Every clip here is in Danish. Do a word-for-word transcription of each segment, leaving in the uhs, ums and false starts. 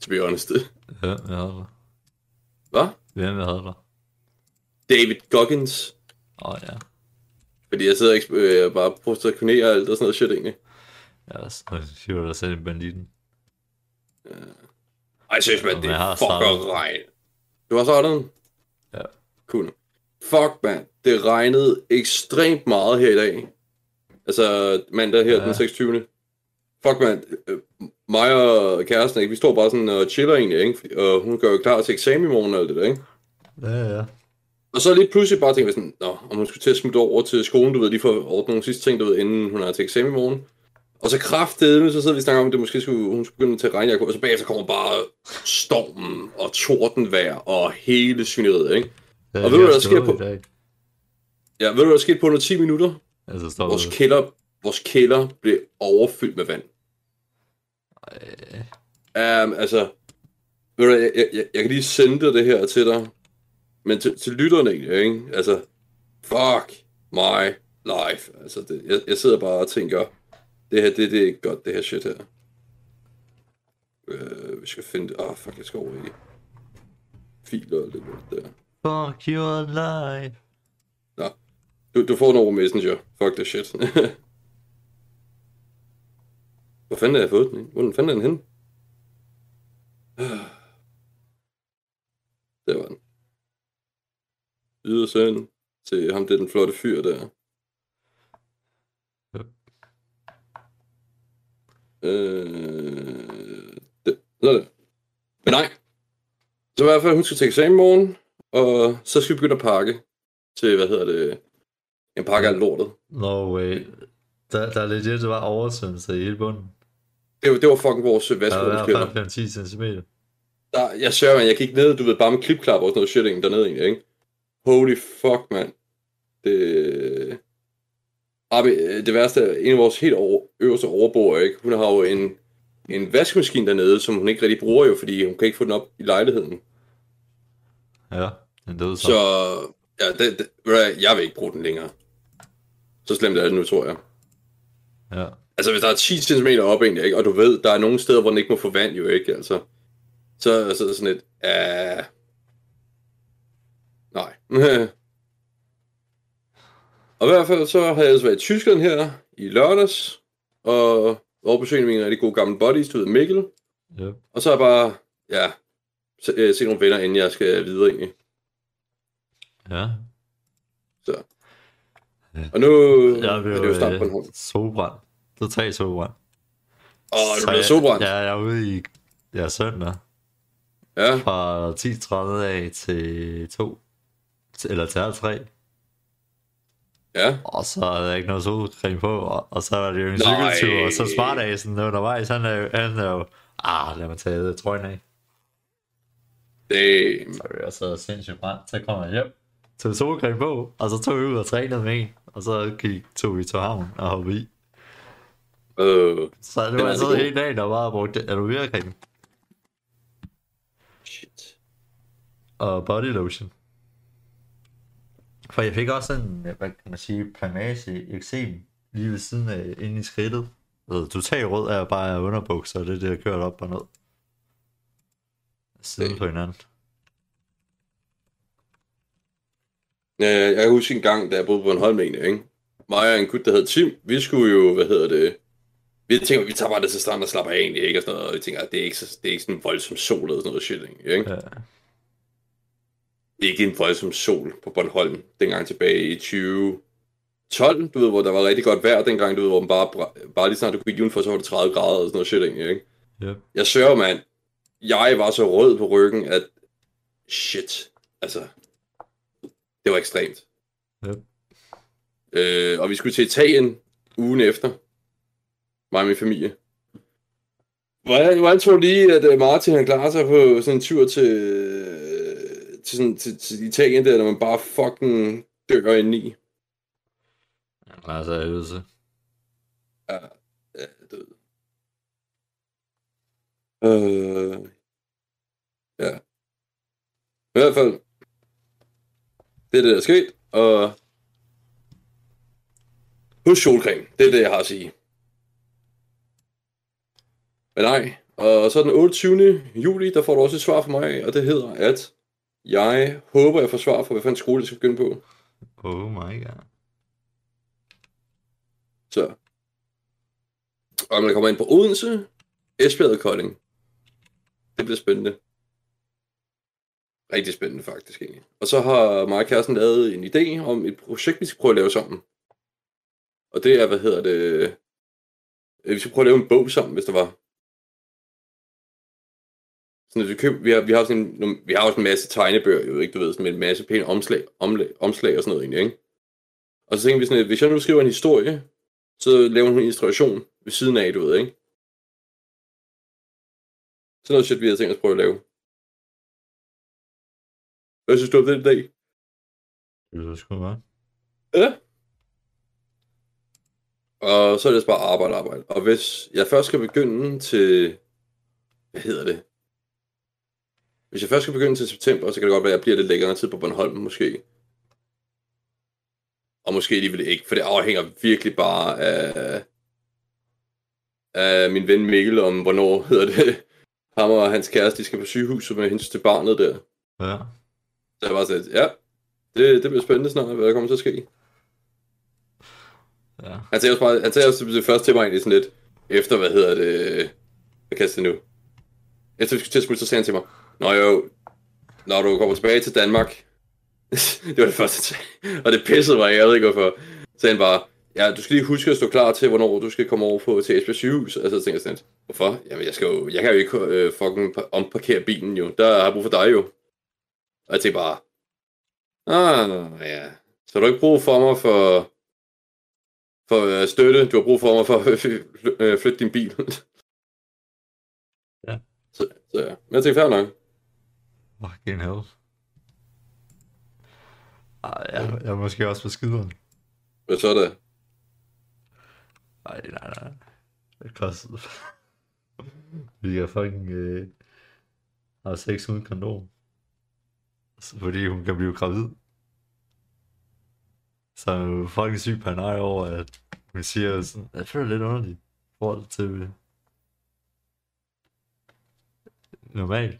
to be honest. Ja, jeg havde dig. Hvad? Hvem jeg havde dig? David Goggins. Åh oh, ja. Fordi jeg sidder ikke øh, bare prostituerer alt og sådan noget shit egentlig. Ja, så hiver dig selv i banditten. Ja. Ej, seriøst, man, det har er fucker regn. Du har startet den? Ja. Cool. Fuck, man. Det regnede ekstremt meget her i dag. Altså, mandag her, ja. Den seksogtyvende Fuck, man. Mig og kæresten, ikke? Vi står bare sådan og chiller egentlig, ikke? Og hun gør jo klar til eksamen i morgen og alt det der, ikke? Ja, ja. Og så lige pludselig bare tænkte vi sådan, nå, om hun skulle til at smutte over til skolen, du ved, lige for at ordne nogle sidste ting, du ved, inden hun er til eksamen i morgen. Og så kraftedeme, så sidder vi og snakker om, at det måske skulle, hun skulle begynde til at regne, og så bagefter kommer bare stormen og tordenvejr og hele svineriet, ikke? Ja, og ved du, hvad der sker på? Ja, ved du, hvad der sker på under ti minutter? Altså, vores kælder, vores kælder blev overfyldt med vand. Ej. Um, altså, ved du, jeg, jeg, jeg, jeg kan lige sende det her til dig, men til, til lytterne egentlig, ikke? Altså, fuck my life. Altså, det, jeg, jeg sidder bare og tænker, det her, det, det er ikke godt, det her shit her. Uh, vi skal finde det. Åh, oh, fuck, jeg skal over i filer og lidt der. Fuck your life. Nå, du, du får den over Messenger. Fuck det shit. Hvor fanden har jeg fået den, ikke? Hvor den fanden er den henne? Der var den. Ydersøn til ham, det er den flotte fyr der. Ja. Øh, det, så er det. Men nej. Så i hvert fald, hun skal til eksamen i morgen, og så skal vi begynde at pakke til, hvad hedder det, en pakke af lortet. No way. Der, der er legit, det var oversvømmelse i hele bunden. Det var, det var fucking vores vaskevognskælder. Der var i hvert fald fem til ti centimeter. Der, jeg sørger, man, jeg gik ned, du ved, bare med klipklap og sådan noget shit dernede egentlig, ikke? Holy fuck, man. Det... Abi, det værste er, en af vores helt over, øverste overboer, ikke? Hun har jo en, en vaskemaskine dernede, som hun ikke rigtig bruger jo, fordi hun kan ikke få den op i lejligheden. Ja, den døde så. Så, ja, det, det, jeg vil ikke bruge den længere. Så slemt er det nu, tror jeg. Ja. Altså, hvis der er ti centimeter op egentlig, ikke? Og du ved, der er nogle steder, hvor den ikke må få vand jo, ikke? Altså, så, så er det sådan et, ja... Nej. Og i hvert fald så har jeg altså været i Tyskland her i lørdags, og overbesøgt mine rigtig gode gamle buddies, du ved, Mikkel. Yep. Og så har jeg bare, ja, se, se nogle venner, inden jeg skal videre egentlig. Ja. Så. Ja. Og nu jeg blev, er det jo start på en hånd. Solbrand. Totalt solbrand. Åh, oh, du blev solbrand? Ja, jeg er ude i ja, søndag. Ja. Fra ti tredive af til to. Eller til halv tre. Ja. Og så er der ikke noget solcreme på, og, og så er det jo en cykeltur, og så Spartasen undervejs, han er jo, han er jo, ah, lad mig tage trøjen af. Damn. Så er jeg så sindssygt brændt, så kommer jeg hjem, tog solcreme på, og så tog vi ud og trænede med en, og så gik, tog vi til havn og hoppede i. Øh, så det var altså hele dagen, der bare brugt aloe-vera-creme. Shit. Og body lotion. For jeg fik også en, hvad kan man sige, plamage, eksem, lige ved siden af, inde i skridtet. Totalt rød er bare underbukser, og det er det, jeg kørt op og ned. Siden okay. På hinanden. Ja, jeg kan huske en gang, da jeg boede på en Holm, ikke? Mig og en gut, der hed Tim, vi skulle jo, hvad hedder det, vi tænker, vi tager bare det til stranden og slapper af egentlig, ikke? Og sådan noget, og vi tænker, det er ikke, så, det er ikke sådan en voldsom sol eller sådan noget shit, ikke? Ja. Det er ikke en voldsom sol på Bornholm, dengang tilbage i tyve tolv, du ved, hvor der var rigtig godt vejr dengang, du ved, hvor man bare, bare lige snart du gik udenfor, så var det tredive grader og sådan noget shit, ikke? Yep. Jeg sørger, mand, jeg var så rød på ryggen, at shit, altså, det var ekstremt. Yep. Øh, og vi skulle til Italien ugen efter, mig og min familie. Hvordan tror du lige, at Martin han klarer sig på sådan en tur til, til, sådan, til, til Italien der, når man bare fucking dør indeni? Han klarer sig af det. Ja, ja, død. Øh, ja. I hvert fald, det er det, der er sket, og husk solcreme, det er det, jeg har at sige. Men nej, Og så den otteogtyvende juli, der får du også et svar fra mig, og det hedder, at jeg håber, jeg får svar for, hvad fanden skole jeg skal begynde på. Oh my god. Så. Og man kommer ind på Odense, Esbjerg og Kolding. Det bliver spændende. Rigtig spændende faktisk egentlig. Og så har mig og kæresten lavet en idé om et projekt, vi skal prøve at lave sammen. Og det er, hvad hedder det... Vi skal prøve at lave en bog sammen, hvis der var. Sådan at vi, køber, vi, har, vi, har sådan en, vi har også en masse tegnebøger, jo ikke, du ved, sådan med en masse pæne omslag, omlag, omslag og sådan noget egentlig, ikke? Og så tænker vi sådan, at hvis jeg nu skriver en historie, så laver hun en illustration ved siden af, du ved, ikke? Sådan noget shit, vi har tænkt os at prøve at lave. Hvad synes du om den dag? Det lyder sgu godt. Ja. Og så er det bare arbejde, arbejde. Og hvis jeg først skal begynde til... Hvad hedder det? Hvis jeg først skal begynde til september, så kan det godt være, at jeg bliver lidt længere tid på Bornholm, måske. Og måske alligevel ikke, for det afhænger virkelig bare af... af min ven Mikkel om, hvornår hedder det... ham og hans kæreste, de skal på sygehuset med hensyn til barnet der. Ja. Så jeg bare sagde, ja, det, det bliver spændende snart, hvad der kommer til at ske. Ja. Han sagde også bare, han sagde også det første til mig egentlig sådan lidt, efter, hvad hedder det, hvad kan jeg nu? Efter vi skulle til at smutte, så sagde han til mig, nå jo, når du kommer tilbage til Danmark, det var det første, han sagde, og det pissede mig, jeg ved ikke hvorfor, så sagde han bare, ja, du skal lige huske at stå klar til, hvornår du skal komme over på til Esbjerg sygehus, og så tænkte jeg sådan lidt, hvorfor? Jamen, jeg skal jo, jeg kan jo ikke øh, fucking omparkere bilen jo, der har jeg brug for dig jo. Og jeg tænkte bare, ah, ja, så har du ikke brug for mig for, for uh, støtte, du har brug for mig for at uh, flytte din bil. Ja. Så, så ja, men jeg tænkte, fair nok. Fucking hell. Ej, jeg, jeg er måske også på skideren. Hvad så er det? Nej, nej, nej. Det kostede. Vi kan fucking øh, have sex uden kondom. Fordi hun kan blive gravid. Så er jo fucking syg paranoia over, at hun siger sådan, jeg føler lidt underligt i forhold til normalt.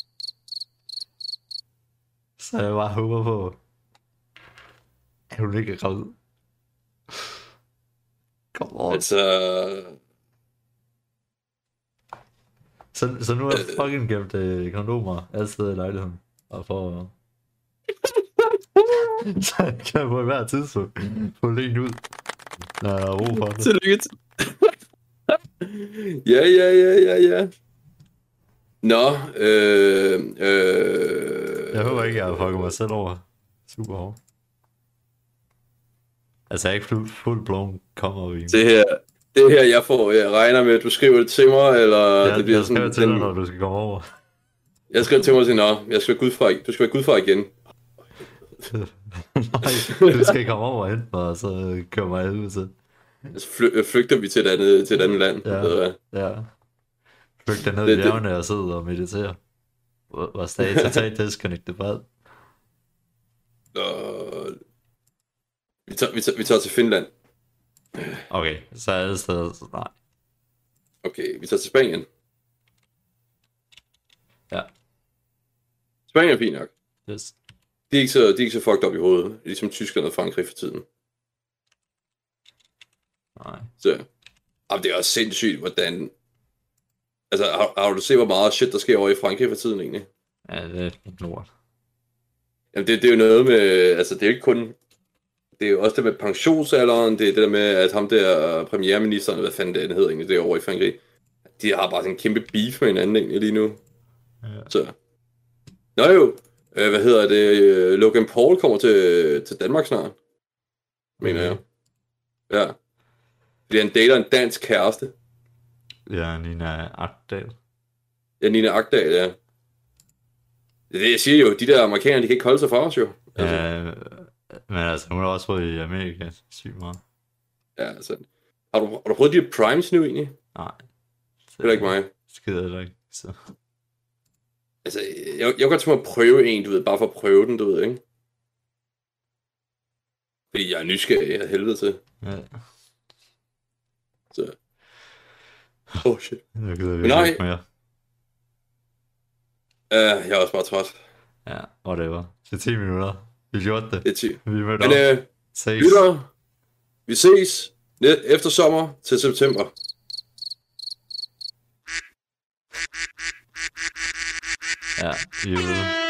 Så jeg bare håber på, at hun ikke er gravid. Kom on. Altså... Så, så nu er jeg fucking gemt øh, kondomer alle steder i lejligheden. Og for... så kan jeg på hver tidspunkt få len ud, når jeg har ro for det. Tillykke til. Ja, ja, ja, ja, ja. Nå, øh, øh... Jeg håber ikke, jeg har fucket mig selv over. Super hårdt. Altså, jeg er ikke fuld, full blown kommer vi. Det her, det her, jeg får, jeg regner med, at du skriver det til mig, eller... Ja, det bliver jeg skriver sådan, til dig, den... når du skal komme over. Jeg skriver til mig og siger, nå, jeg skal være gudfra, du skal være gudfra igen. Nej, du skal komme over og hente mig, og så kører mig ud til. Så fly, flygter vi til et andet, til et andet land. Ja, ved ja. Flygter ned Det- i det- bjergene og sidder og mediterer. Hvor hvor stadig totalt disconnected fra alt. Og... Vi, tager, vi, tager, vi tager til Finland. Okay, så er alle steder, så nej. Okay, vi tager til Spanien. Ja. Spanien er fint nok. Yes. De er ikke så, de er ikke så fucked op i hovedet, ligesom Tyskland og Frankrig for tiden. Nej. Så jamen, det er også sindssygt, hvordan... Altså, har, har du set, hvor meget shit, der sker over i Frankrig for tiden, egentlig? Ja, det er lort. Jamen, det, det er jo noget med... Altså, det er jo ikke kun... Det er jo også det med pensionsalderen, det er det der med, at ham der premierministeren, hvad fanden det hedder egentlig, derovre i Frankrig, de har bare sådan en kæmpe beef med hinanden egentlig lige nu. Ja. Så... Nå jo, øh, hvad hedder det? Øh, Logan Paul kommer til, til Danmark snart, mener jeg. Ja. Fordi han dater en dansk kæreste. Ja, Nina Agdal. Ja, Nina Agdal, ja. Det er det, jeg siger jo. De der amerikanere, de kan ikke holde sig fra os jo. Altså, Ja, men altså, hun har også boet i Amerika sygt meget. ja, altså. Har du, har du prøvet de her primes nu egentlig? Nej. Det er ikke mig. Skider heller ikke, så... Altså, jeg, jeg kunne godt tænke mig at prøve en, du ved, bare for at prøve den, du ved, ikke? Fordi jeg er nysgerrig af helvede til. Ja. Så. Oh shit. Jeg gider Men virkelig nej. ikke mere. Uh, jeg er også bare træt. Ja, whatever. Det er ti minutter. Vi gjorde det. Det er ti. Vi mødte Men op. øh, Ses. lytter, vi ses net- efter sommer til september. Ja, vi er ude.